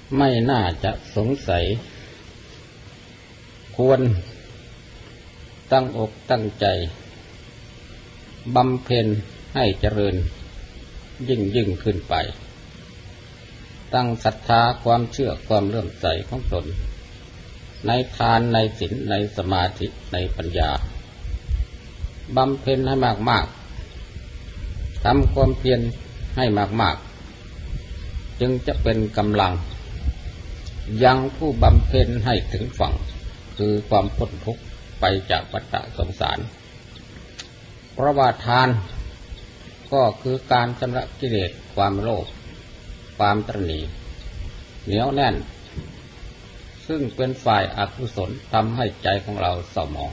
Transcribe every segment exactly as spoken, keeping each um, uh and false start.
ไม่น่าจะสงสัยควรตั้งอกตั้งใจบำเพ็ญให้เจริญยิ่งยิ่งขึ้นไปตั้งศรัทธาความเชื่อความเลื่อมใสของตนในทานในศีลในสมาธิในปัญญาบำเพ็ญให้มากๆทำความเพียรให้มากๆจึงจะเป็นกำลังยังผู้บำเพ็ญให้ถึงฝั่งคือความพ้นทุกข์ไปจากวัฏสงสารเพราะว่าทานก็คือการชำระกิเลสความโลภความตระหนี่เหนียวแน่นซึ่งเป็นฝ่ายอกุศลทำให้ใจของเราเศร้าหมอง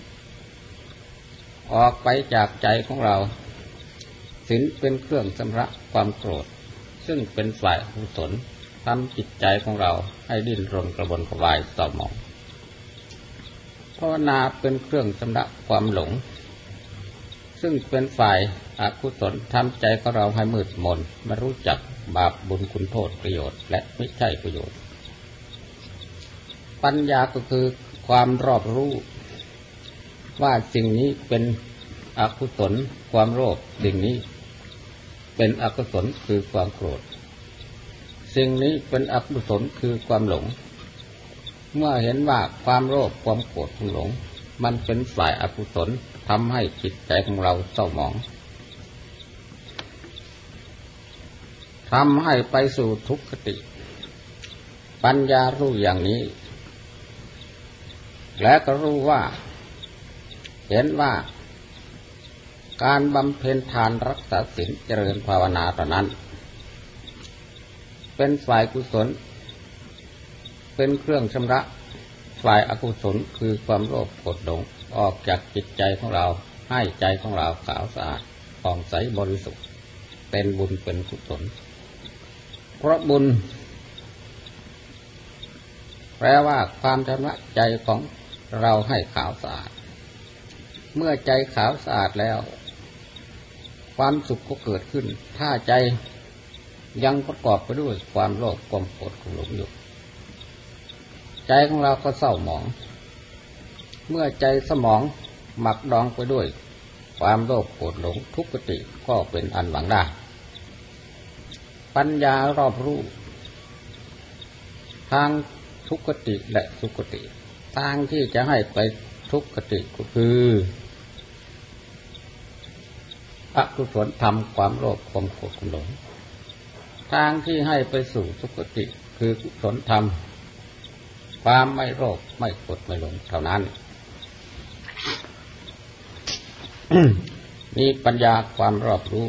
ออกไปจากใจของเราศีลเป็นเครื่องชำระความโกรธซึ่งเป็นฝ่ายอกุศลทำจิตใจของเราให้ดิ้นรนกระวนกระวายเศร้าหมองภาวนาเป็นเครื่องชำระความหลงซึ่งเป็นฝ่ายอกุศลทำใจของเราให้มืดมนไม่รู้จักบาปบุญคุณโทษประโยชน์และไม่ใช่ประโยชน์ปัญญาก็คือความรอบรู้ว่าสิ่งนี้เป็นอกุศลความโลภสิ่งนี้เป็นอกุศลคือความโกรธสิ่งนี้เป็นอกุศลคือความหลงเมื่อเห็นว่าความโลภความโกรธความหลงมันเป็นฝ่ายอกุศลทำให้จิตใจของเราเศร้าหมองทำให้ไปสู่ทุกขติปัญญารู้อย่างนี้และก็รู้ว่าเห็นว่าการบำเพ็ญทานรักษาศีลเจริญภาวนาเท่านั้นเป็นฝ่ายกุศลเป็นเครื่องชำระฝ่ายอกุศลคือความโลภโกรธหลงออกจากจิตใจของเราให้ใจของเราขาวสะอาดผ่องใสบริสุทธิ์เป็นบุญเป็นกุศลเพราะบุญแปลว่าความชำระใจของเราให้ขาวสะอาดเมื่อใจขาวสะอาดแล้วความสุขก็เกิดขึ้นถ้าใจยังประกอบไปด้วยความโลภความโกรธความหลงอยู่ใจของเราก็เศร้าหมองเมื่อใจสมองหมักดองไปด้วยความโลภโกรธหลงทุกขติก็เป็นอันหวังได้ปัญญารอบรู้ทางทุกขติและสุขติทางที่จะให้ไปทุกขติก็คืออกุศลธรรมความโลภความโกรธความหลงทางที่ให้ไปสู่สุขติคือกุศลธรรมความไม่โลภไม่โกรธไม่หลงเท่านั้น นี่ปัญญาความรอบรู้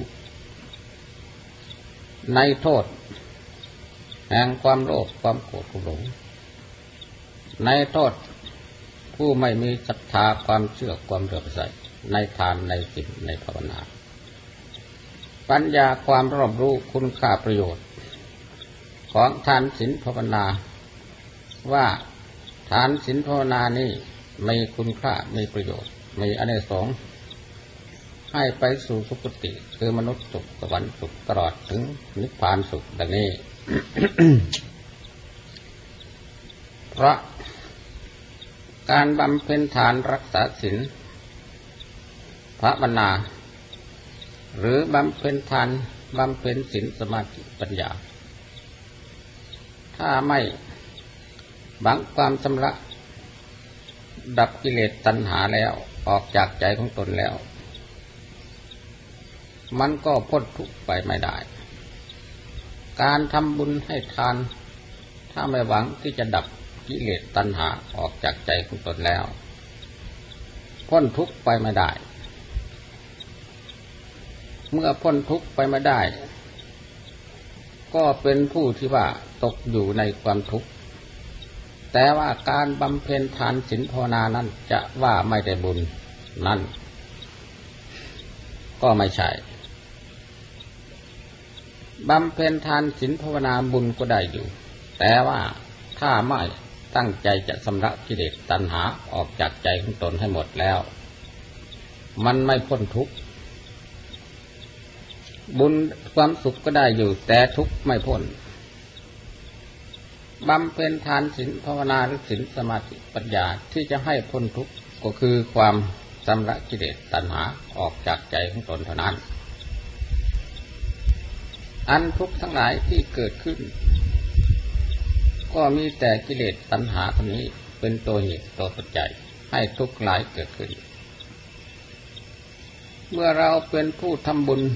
ในโทษแห่งความโลภความโกรธความหลงในโทษผู้ไม่มีศรัทธาความเชื่อความเลื่อมใสในทานในศีลในภาวนาปัญญาความรอบรู้คุณค่าประโยชน์ของทานศีลภาวนาว่าทานศีลภาวนานี้มีคุณค่ามีประโยชน์มีอานิสงส์ให้ไปสู่สุคติคือมนุษย์สุขสวรรค์สุขตลอดถึงนิพพานสุขดังนี้ เพราะการบำเพ็ญทานรักษาศีลภาวนาหรือบำเพ็ญทานบำเพ็ญศีลสมาธิปัญญาถ้าไม่บังความชำระดับกิเลสตัณหาแล้วออกจากใจของตนแล้วมันก็พ้นทุกข์ไปไม่ได้การทำบุญให้ทานถ้าไม่หวังที่จะดับกิเลสตัณหาออกจากใจของตนแล้วพ้นทุกข์ไปไม่ได้เมื่อพ้นทุกข์ไปไม่ได้ก็เป็นผู้ที่ว่าตกอยู่ในความทุกข์แต่ว่าการบำเพ็ญทานศีลภาวนานั้นจะว่าไม่ได้บุญนั่นก็ไม่ใช่บำเพ็ญทานศีลภาวนาบุญก็ได้อยู่แต่ว่าถ้าไม่ตั้งใจจะชำระกิเลสตัณหาออกจากใจของตนให้หมดแล้วมันไม่พ้นทุกข์บุญความสุขก็ได้อยู่แต่ทุกข์ไม่พ้นบำเพ็ญทานศีลภาวนาหรือศีลสมาธิปัญญาที่จะให้พ้นทุกข์ก็คือความชำระกิเลสตัณหาออกจากใจของตนเท่านั้นอันทุกข์ทั้งหลายที่เกิดขึ้นก็มีแต่กิเลสตัณหาตัวนี้เป็นตัวเหตุตัวปัจจัยให้ทุกข์หลายเกิดขึ้นเมื่อเราเป็นผู้ทำบุญ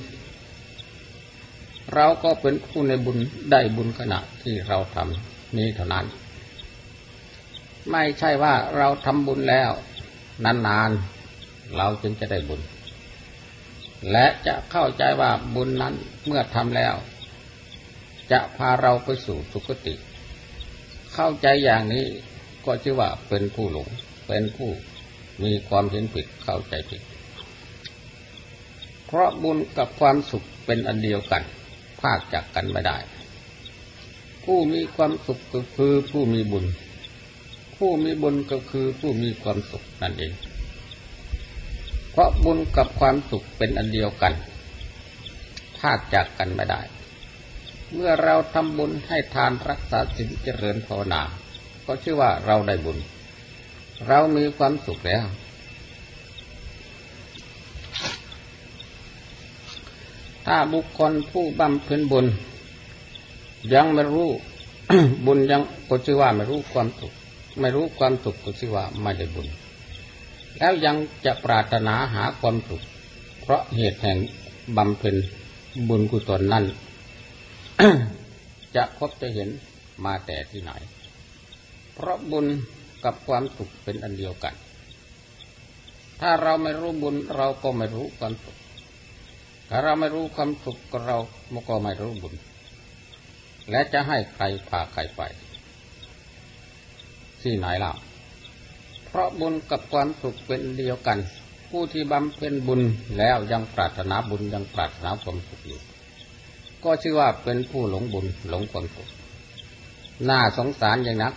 เราก็เป็นผู้ในบุญได้บุญขณะที่เราทำนี้เท่านั้นไม่ใช่ว่าเราทำบุญแล้วนานๆเราจึงจะได้บุญและจะเข้าใจว่าบุญนั้นเมื่อทำแล้วจะพาเราไปสู่สุคติเข้าใจอย่างนี้ก็ชื่อว่าเป็นผู้หลงเป็นผู้มีความเห็นผิดเข้าใจผิดเพราะบุญกับความสุขเป็นอันเดียวกันพากจากกันไม่ได้ผู้มีความสุขก็คือผู้มีบุญผู้มีบุญก็คือผู้มีความสุขนั่นเองเพราะบุญกับความสุขเป็นอันเดียวกันพากจากกันไม่ได้เมื่อเราทำบุญให้ทานรักษาศีลเจริญภาวนาก็ชื่อว่าเราได้บุญเรามีความสุขแล้วถ้าบุคคลผู้บำเพ็ญบุญยังไม่รู้ บุญยังก็ชื่อว่าไม่รู้ความสุขไม่รู้ความสุขก็ชื่อว่าไม่ได้บุญแล้วยังจะปรารถนาหาความสุขเพราะเหตุแห่งบำเพ็ญบุญกุศลนั้น จะพบจะเห็นมาแต่ที่ไหนเพราะบุญกับความสุขเป็นอันเดียวกันถ้าเราไม่รู้บุญเราก็ไม่รู้ความสุขถ้าเราไม่รู้ความสุขก็เราก็ไม่รู้บุญและจะให้ใครพาใครไปที่ไหนล่ะเพราะบุญกับความสุขเป็นเดียวกันผู้ที่บำเพ็ญบุญแล้วยังปรารถนาบุญยังปรารถนาความสุขอยู่ก็ชื่อว่าเป็นผู้หลงบุญหลงความสุขน่าสงสารอย่างนัก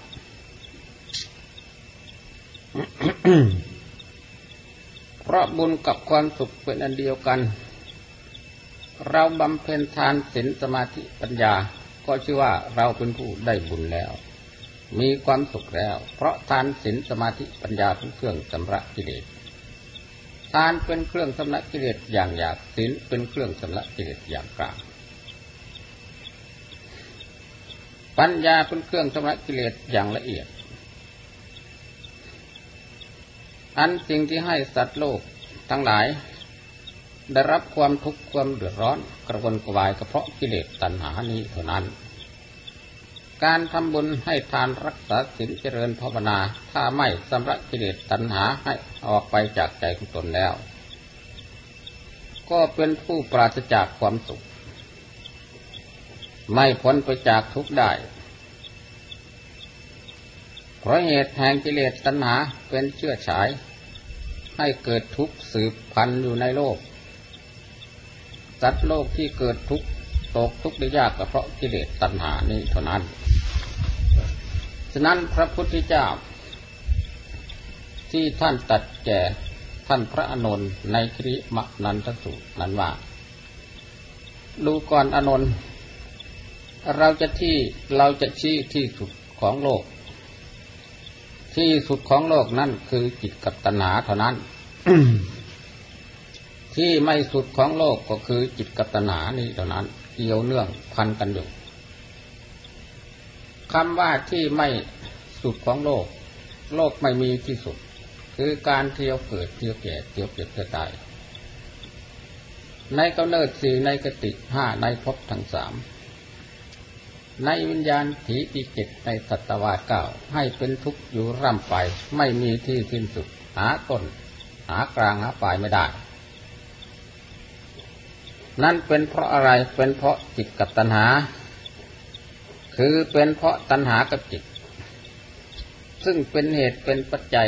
เพราะบุญกับความสุขเป็นอันเดียวกันเราบำเพ็ญทานศีลสมาธิปัญญาก็ชื่อว่าเราเป็นผู้ได้บุญแล้วมีความสุขแล้วเพราะทานศีลสมาธิปัญญาเป็นเครื่องชำระกิเลสทานเป็นเครื่องชำระกิเลสอย่างหยาบศีลเป็นเครื่องชำระกิเลสอย่างกลางปัญญาเป็นเครื่องชำระกิเลสอย่างละเอียดอันสิ่งที่ให้สัตว์โลกทั้งหลายได้รับความทุกข์ความเดือดร้อนกระวนกระวายก็เพราะกิเลสตัณหานี้เท่านั้นการทำบุญให้ทานรักษาศีลเจริญภาวนาถ้าไม่ชำระกิเลสตัณหาให้ออกไปจากใจของตนแล้วก็เป็นผู้ปราศจากความสุขไม่พ้นไปจากทุกข์ได้เพราะเหตุแห่งกิเลสตัณหาเป็นเชื้อฉายให้เกิดทุกข์สืบพันธุ์อยู่ในโลกสัตว์โลกที่เกิดทุกข์ตกทุกข์ได้ยากก็เพราะกิเลสตัณหานี้เท่านั้นฉะนั้นพระพุทธเจ้าที่ท่านตรัสแก่ท่านพระอานนท์ในคริมนันทสูตรนั้นว่าดูก่อนอานนท์เราจะที่เราจะชี้ที่สุดของโลกที่สุดของโลกนั่นคือจิตกับตัณหาเท่านั้น ที่ไม่สุดของโลกก็คือจิตกับตัณหานี้เท่านั้นเกี่ยวเนื่องพันกันอยู่คำว่าที่ไม่สุดของโลกโลกไม่มีที่สุดคือการเที่ยวเกิดเที่ยวแก่เที่ยวเจ็บเที่ยวตายในกำเนิดสี่ในกติห้าในภพทั้งสามในวิญญาณถีปีเจ็ดในสัตวาสเก้าให้เป็นทุกข์อยู่ร่ำไปไม่มีที่สิ้นสุดหาต้นหากลางหาปลายไม่ได้นั่นเป็นเพราะอะไรเป็นเพราะจิตกับตัณหาคือเป็นเพราะตัณหากับจิตซึ่งเป็นเหตุเป็นปัจจัย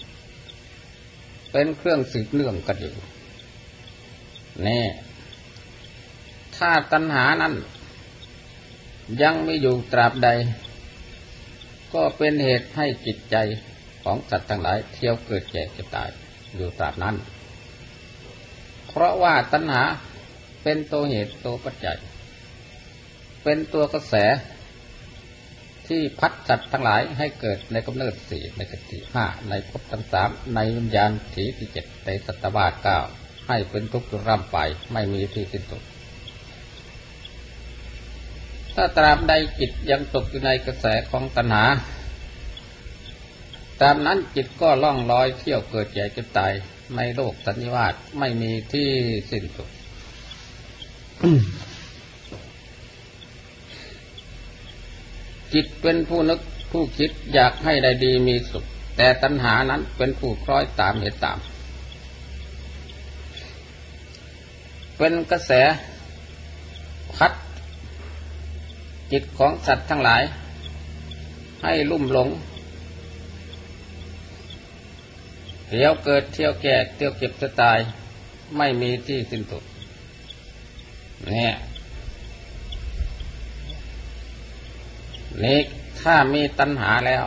เป็นเครื่องสืบเนื่องกันอยู่แน่ถ้าตัณหานั้นยังไม่อยู่ตราบใดก็เป็นเหตุให้จิตใจของสัตว์ทั้งหลายเที่ยวเกิดแก่เจ็บตายอยู่ตราบนั้นเพราะว่าตัณหาเป็นตัวเหตุตัวปัจจัยเป็นตัวกระแสที่พัดสัตว์ทั้งหลายให้เกิดในกำเนิดสี่ในกติห้าในภพทั้งสามในวิญญาณถีที่เจ็ดในสัตวาสเก้าให้เป็นทุกข์ร่ำไปไม่มีที่สิ้นสุดถ้าตราบใดจิตยังตกอยู่ในกระแสของตัณหาตามนั้นจิตก็ล่องลอยเที่ยวเกิดแก่เจ็บตายในโลกสันนิวาสไม่มีที่สิ้นสุด จิตเป็นผู้นึกผู้คิดอยากให้ได้ดีมีสุขแต่ตัณหานั้นเป็นผู้คล้อยตามเหตุตามเป็นกระแสพัดจิตของสัตว์ทั้งหลายให้ลุ่มหลงเที่ยวเกิดเที่ยวแก่เที่ยวเก็บจะตายไม่มีที่สิ้นสุดเนี่ยนี่ถ้ามีตัณหาแล้ว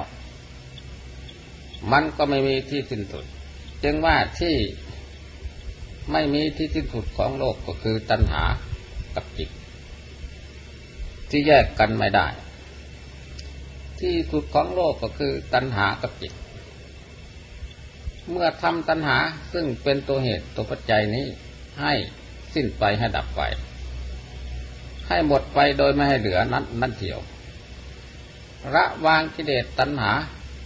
มันก็ไม่มีที่สิ้นสุดจึงว่าที่ไม่มีที่สิ้นสุดของโลกก็คือตัณหากับจิตที่แยกกันไม่ได้ที่สุดของโลกก็คือตัณหากับจิตเมื่อทำตัณหาซึ่งเป็นตัวเหตุตัวปัจจัยนี้ให้สิ้นไปให้ดับไปให้หมดไปโดยไม่ให้เหลือนั้นนั่นเดียวระวางกิเลสตัณหา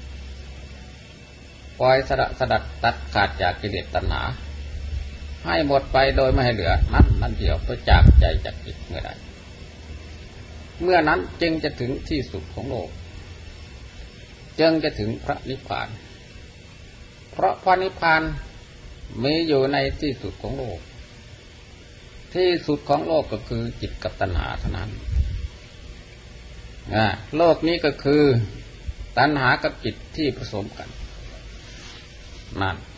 ปล่อยสละสดัดตัดขาดจากกิเลสตัณหาให้หมดไปโดยไม่ให้เหลือนั้นนั่นเดียวเพื่อจากใจจากจิตเมื่อใดเมื่อนั้นจึงจะถึงที่สุดของโลกจึงจะถึงพระนิพพานเพราะพระนิพพานมีอยู่ในที่สุดของโลกที่สุดของโลกก็คือจิตกับตัณหาเท่านั้นโลกนี้ก็คือตัณหากับจิตที่ผสมกันนั่น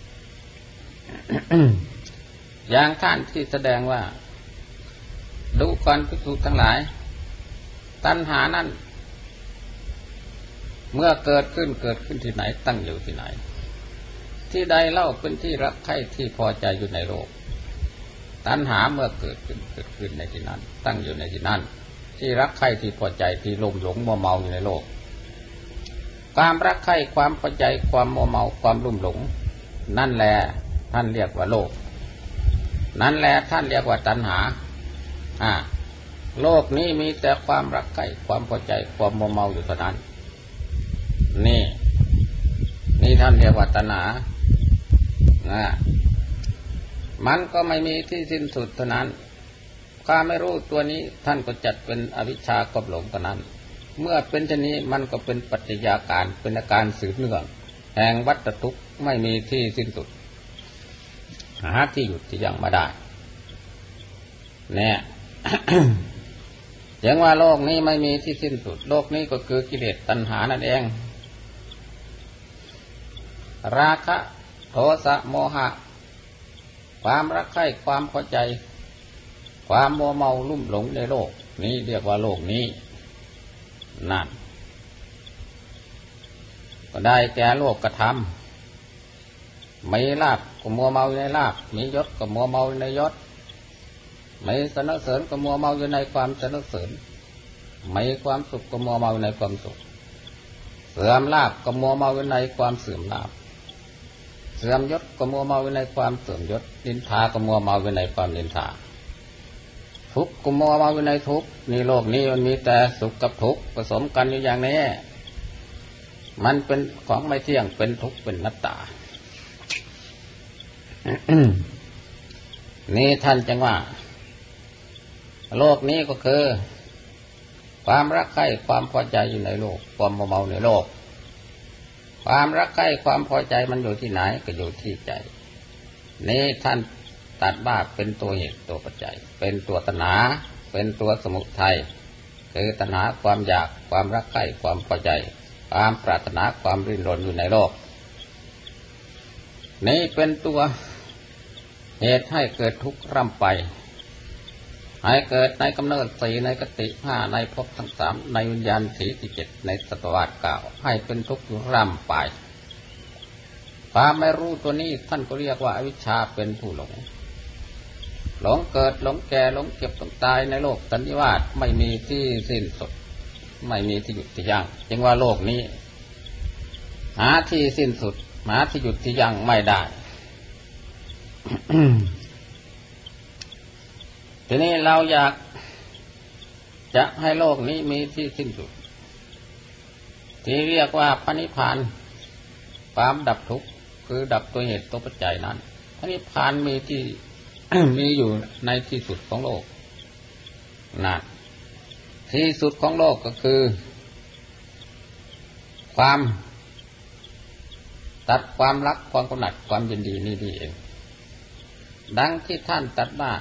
อย่างท่านที่แสดงว่าดูก่อนภิกษุทั้งหลายตัณหานั้นเมื่อเกิดขึ้นเกิดขึ้นที่ไหนตั้งอยู่ที่ไหนที่ใดเล่าเป็นที่รักใคร่ที่พอใจอยู่ในโลกตัณหาเมื่อเกิดขึ้นเกิดขึ้นในที่นั้นตั้งอยู่ในที่นั้นที่รักใคร่ที่พอใจที่ลุ่มหลงมัวเมาอยู่ในโลกความรักใคร่ความพอใจความมัวเมาความลุ่มหลงนั่นแหละท่านเรียกว่าโลกนั่นแหละท่านเรียกว่าตัณหาอ่าโลกนี้มีแต่ความรักใคร่ความพอใจความมัวเมาอยู่เท่านั้นนี่นี่ท่านเรียกว่าตัณหานะมันก็ไม่มีที่สิ้นสุดเท่านั้นความไม่รู้ตัวนี้ท่านก็จัดเป็นอวิชชาความหลงเท่านั้นเมื่อเป็นเช่นนี้มันก็เป็นปัจจัยาการเป็นอาการสืบเนื่องแห่งวัฏทุกข์ไม่มีที่สิ้นสุดหาที่หยุดที่ยังไม่ได้เนี่ย อย่างว่าโลกนี้ไม่มีที่สิ้นสุดโลกนี้ก็คือกิเลสตัณหานั่นเองราคะโทสะโมหะความรักใคร่ความพอใจความมัวเมาลุ่มหลงในโลกนี้เรียกว่าโลกนี้นั่นก็ได้แก่โลกกระทำมีลาภก็มัวเมาอยู่ในลาภมียศก็มัวเมาอยู่ในยศมีสรรเสริญก็มัวเมาอยู่ในความสรรเสริญมีความสุขก็มัวเมาอยู่ในความสุขเสื่อมลาภก็มัวเมาอยู่ในความเสื่อมลาภเสื่อมยศก็มัวเมาอยู่ในความเสื่อมยศนินทาก็มัวเมาอยู่ในความนินทาทุกข์ก็มัวเมาอยู่ในทุกข์ในโลกนี้มันมีแต่สุขกับทุกข์ผสมกันอยู่อย่างนี้มันเป็นของไม่เที่ยงเป็นทุกข์เป็นอนัตตา นี่ท่านจังว่าโลกนี้ก็คือความรักใคร่ความพอใจอยู่ในโลกความมัวเมาในโลกความรักใคร่ความพอใจมันอยู่ที่ไหนก็อยู่ที่ใจนี่ท่านตัดว่าเป็นตัวเหตุตัวปัจจัยเป็นตัวตัณหาเป็นตัวสมุทัยคือตัณหาความอยากความรักใคร่ความพอใจความปรารถนาความริ้นรนอยู่ในโลกนี่เป็นตัวเหตุให้เกิดทุกข์ร่ำไปให้เกิดในกำเนิดสี่ในกติห้าในภพทั้งสามในวิญญาณถีที่เจ็ดในสัตวาสเก้าให้เป็นทุกข์ร่ำไปความไม่รู้ตัวนี้ท่านก็เรียกว่าอวิชชาเป็นผู้หลงหลงเกิดหลงแก่หลงเก็บหลงตายในโลกสันนิวาสไม่มีที่สิ้นสุดไม่มีที่หยุดที่ยั้งจึงว่าโลกนี้หาที่สิ้นสุดหาที่หยุดที่ยั้งไม่ได้ ทีนี้เราอยากจะให้โลกนี้มีที่สิ้นสุดที่เรียกว่าพระนิพพานความดับทุกข์คือดับตัวเหตุตัวปัจจัยนั้นพระนิพพานมีที่ มีอยู่ในที่สุดของโลกนั่นที่สุดของโลกก็คือความตัดความรักความกำหนัดความยินดีนี่นี่เองดังที่ท่านตรัสว่า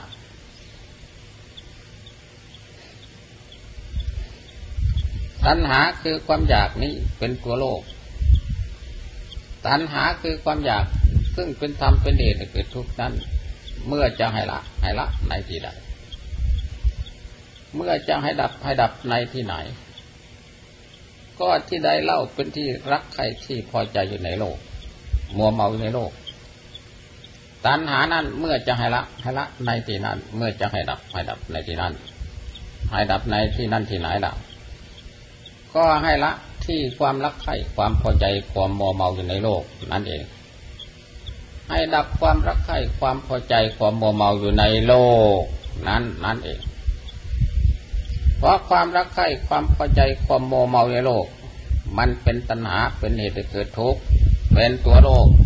ตัณหาคือความอยากนี้เป็นตัวโลกตัณหาคือความอยากซึ่งเป็นธรรมเป็นเหตุให้เกิดทุกข์นั้นเมื่อจะให้ละให้ละในที่ใดเมื่อจะให้ดับให้ดับในที่ไหนก็ที่ใดเล่าเป็นที่รักใครที่พอใจอยู่ในโลกมัวเมาอยู่ในโลกตัณหานั้นเมื่อจะให้ละให้ละในที่นั้นเมื่อจะให้ดับให้ดับในที่นั้นให้ดับในที่นั้นที่ไหนล่ะก็ให้ละที่ความรักใคร่ความพอใจความมัวเมาอยู่ในโลกนั่นเองให้ดับความรักใคร่ความพอใจความมัวเมาอยู่ในโลกนั้นนั่นเองเพราะความรักใคร่ความพอใจความมัวเมาในโลกมันเป็นตัณหาเป็นเหตุให้เกิดทุกข์เป็นตัวโลก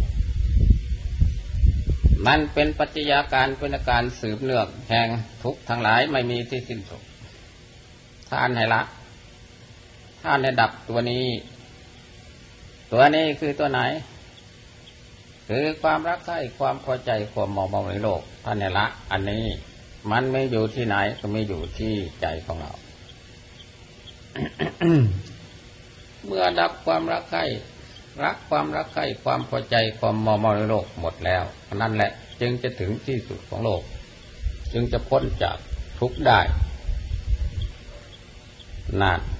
มันเป็นปัจจัยการเป็นอาการสืบเนื่องแห่งทุกข์ทั้งหลายไม่มีที่สิ้นสุดท่านให้ละท่านให้ดับตัวนี้ตัวนี้คือตัวไหนคือความรักใคร่ความพอใจความมัวเมาในโลกท่านให้ละอันนี้มันไม่อยู่ที่ไหนก็ไม่อยู่ที่ใจของเรา เมื่อดับความรักใคร่รักความรักใคร่ความพอใจความมัวเมาในโลกหมดแล้วนั่นแหละจึงจะถึงที่สุดของโลกจึงจะพ้นจากทุกข์ได้นั่น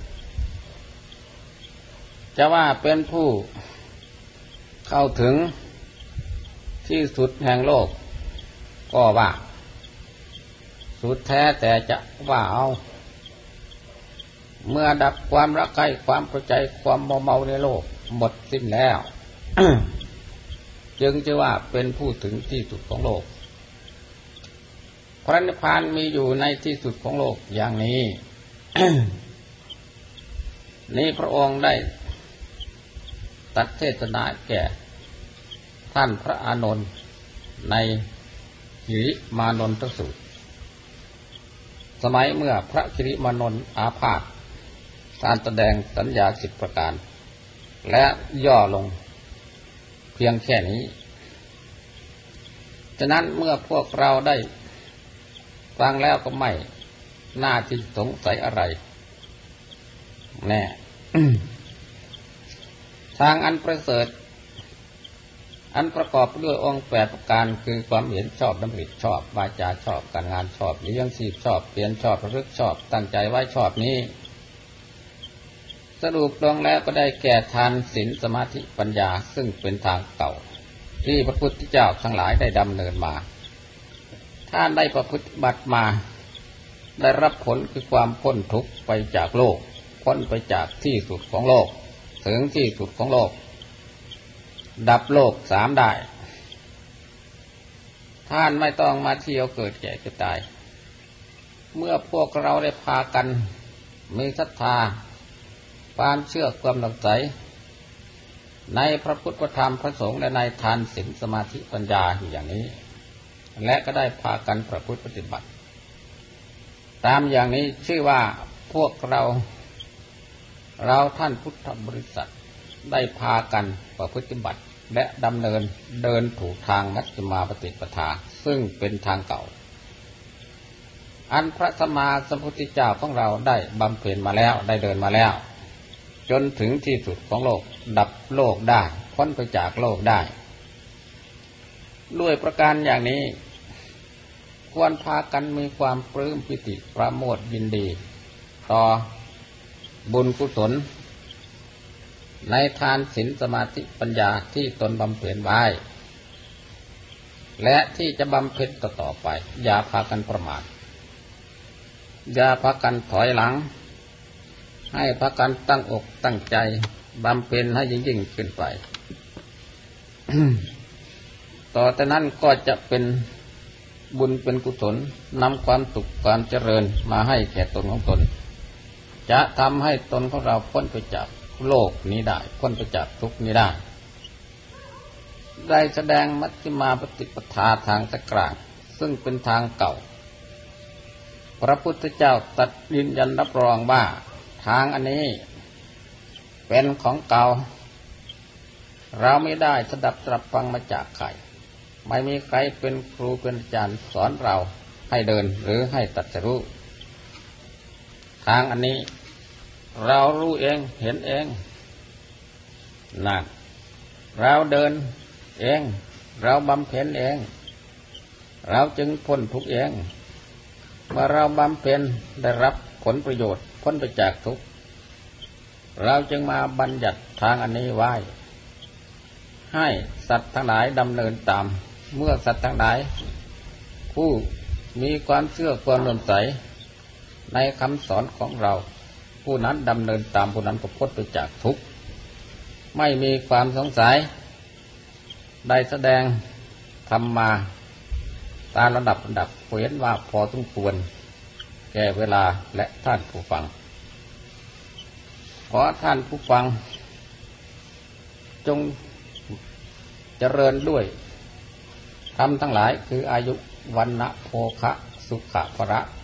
จะว่าเป็นผู้เข้าถึงที่สุดแห่งโลกก็ว่าสุดแท้แต่จะว่าเอาเมื่อดับความรักใคร่ความพอใจความมัวเมาในโลกหมดสิ้นแล้ว จึงจะว่าเป็นผู้ถึงที่สุดของโลกพระนิพพานมีอยู่ในที่สุดของโลกอย่างนี้ นี้พระองค์ได้ตัดเทศนาแก่ท่านพระอานนท์ในกิริมานนทสูตรสมัยเมื่อพระกิริมานนท์อาพาธท่านแสดงสัญญาสิบประการและย่อลงเพียงแค่นี้ฉะนั้นเมื่อพวกเราได้ฟังแล้วก็ไม่น่าที่สงสัยอะไรแน่ ทางอันประเสริฐอันประกอบด้วยองค์แปดประการคือความเห็นชอบดำริชอบวาจาชอบการงานชอบเลี้ยงชีพชอบเปลี่ยนชอบระลึกชอบตั้งใจไว้ชอบนี้สรุปลงแล้วก็ได้แก่ทานศีลสมาธิปัญญาซึ่งเป็นทางเก่าที่พระพุทธเจ้าทั้งหลายได้ดำเนินมาท่านได้ประพฤติบัติมาได้รับผลคือความพ้นทุกข์ไปจากโลกพ้นไปจากที่สุดของโลกถึงที่สุดของโลกดับโลกสามได้ท่านไม่ต้องมาเที่ยวเกิดแก่เจ็บตายเมื่อพวกเราได้พากันมีศรัทธาความเชื่อความหลักใจในพระพุทธธรรมพระสงฆ์และในทานศีลสมาธิปัญญาอย่างนี้และก็ได้พากันประพฤติปฏิบัติตามอย่างนี้ชื่อว่าพวกเราเราท่านพุทธบริษัทได้พากันประพฤติปฏิบัติและดำเนินเดินถูกทางมัชฌิมาปฏิปทาซึ่งเป็นทางเก่าอันพระสัมมาสัมพุทธเจ้าของเราได้บำเพ็ญมาแล้วได้เดินมาแล้วจนถึงที่สุดของโลกดับโลกได้พ้นไปจากโลกได้ด้วยประการอย่างนี้ควรพากันมีความปลื้มปิติประโมทยินดีต่อบุญกุศลในทานศีลสมาธิปัญญาที่ตนบำเพ็ญไว้และที่จะบำเพ็ญต่อไปอย่าพากันประมาทอย่าพากันถอยหลังให้พากันตั้งอกตั้งใจบำเพ็ญให้ยิ่งยิ่งขึ้นไป ต่อแต่นั้นก็จะเป็นบุญเป็นกุศลนำความสุขความเจริญมาให้แก่ตนของตนจะทำให้ตนของเราพ้นไปจากโลกนี้ได้พ้นไปจากทุกข์นี้ได้ได้แสดงมัชฌิมาปฏิปทาทางสกลางซึ่งเป็นทางเก่าพระพุทธเจ้าตรัสยืนยันรับรองว่าทางอันนี้เป็นของเก่าเราไม่ได้สดับตรับฟังมาจากใครไม่มีใครเป็นครูเป็นอาจารย์สอนเราให้เดินหรือให้ตรัสรู้ทางอันนี้เรารู้เองเห็นเองนั่นเราเดินเองเราบำเพ็ญเองเราจึงพ้นทุกข์เองเมื่อเราบำเพ็ญได้รับผลประโยชน์พ้นไปจากทุกข์เราจึงมาบัญญัติทางอันนี้ไว้ให้สัตว์ทั้งหลายดำเนินตามเมื่อสัตว์ทั้งหลายผู้มีความเชื่อความเลื่อมใสในคำสอนของเราผู้นั้นดำเนินตามผู้นั้นก็พ้นไปจากทุกข์ไม่มีความสงสัยได้แสดงธรรมมาตามระดับระดับเห็นว่าพอสมควรแก่เวลาและท่านผู้ฟังขอท่านผู้ฟังจงเจริญด้วยธรรมทั้งหลายคืออายุวันนะโภคะสุขะภระ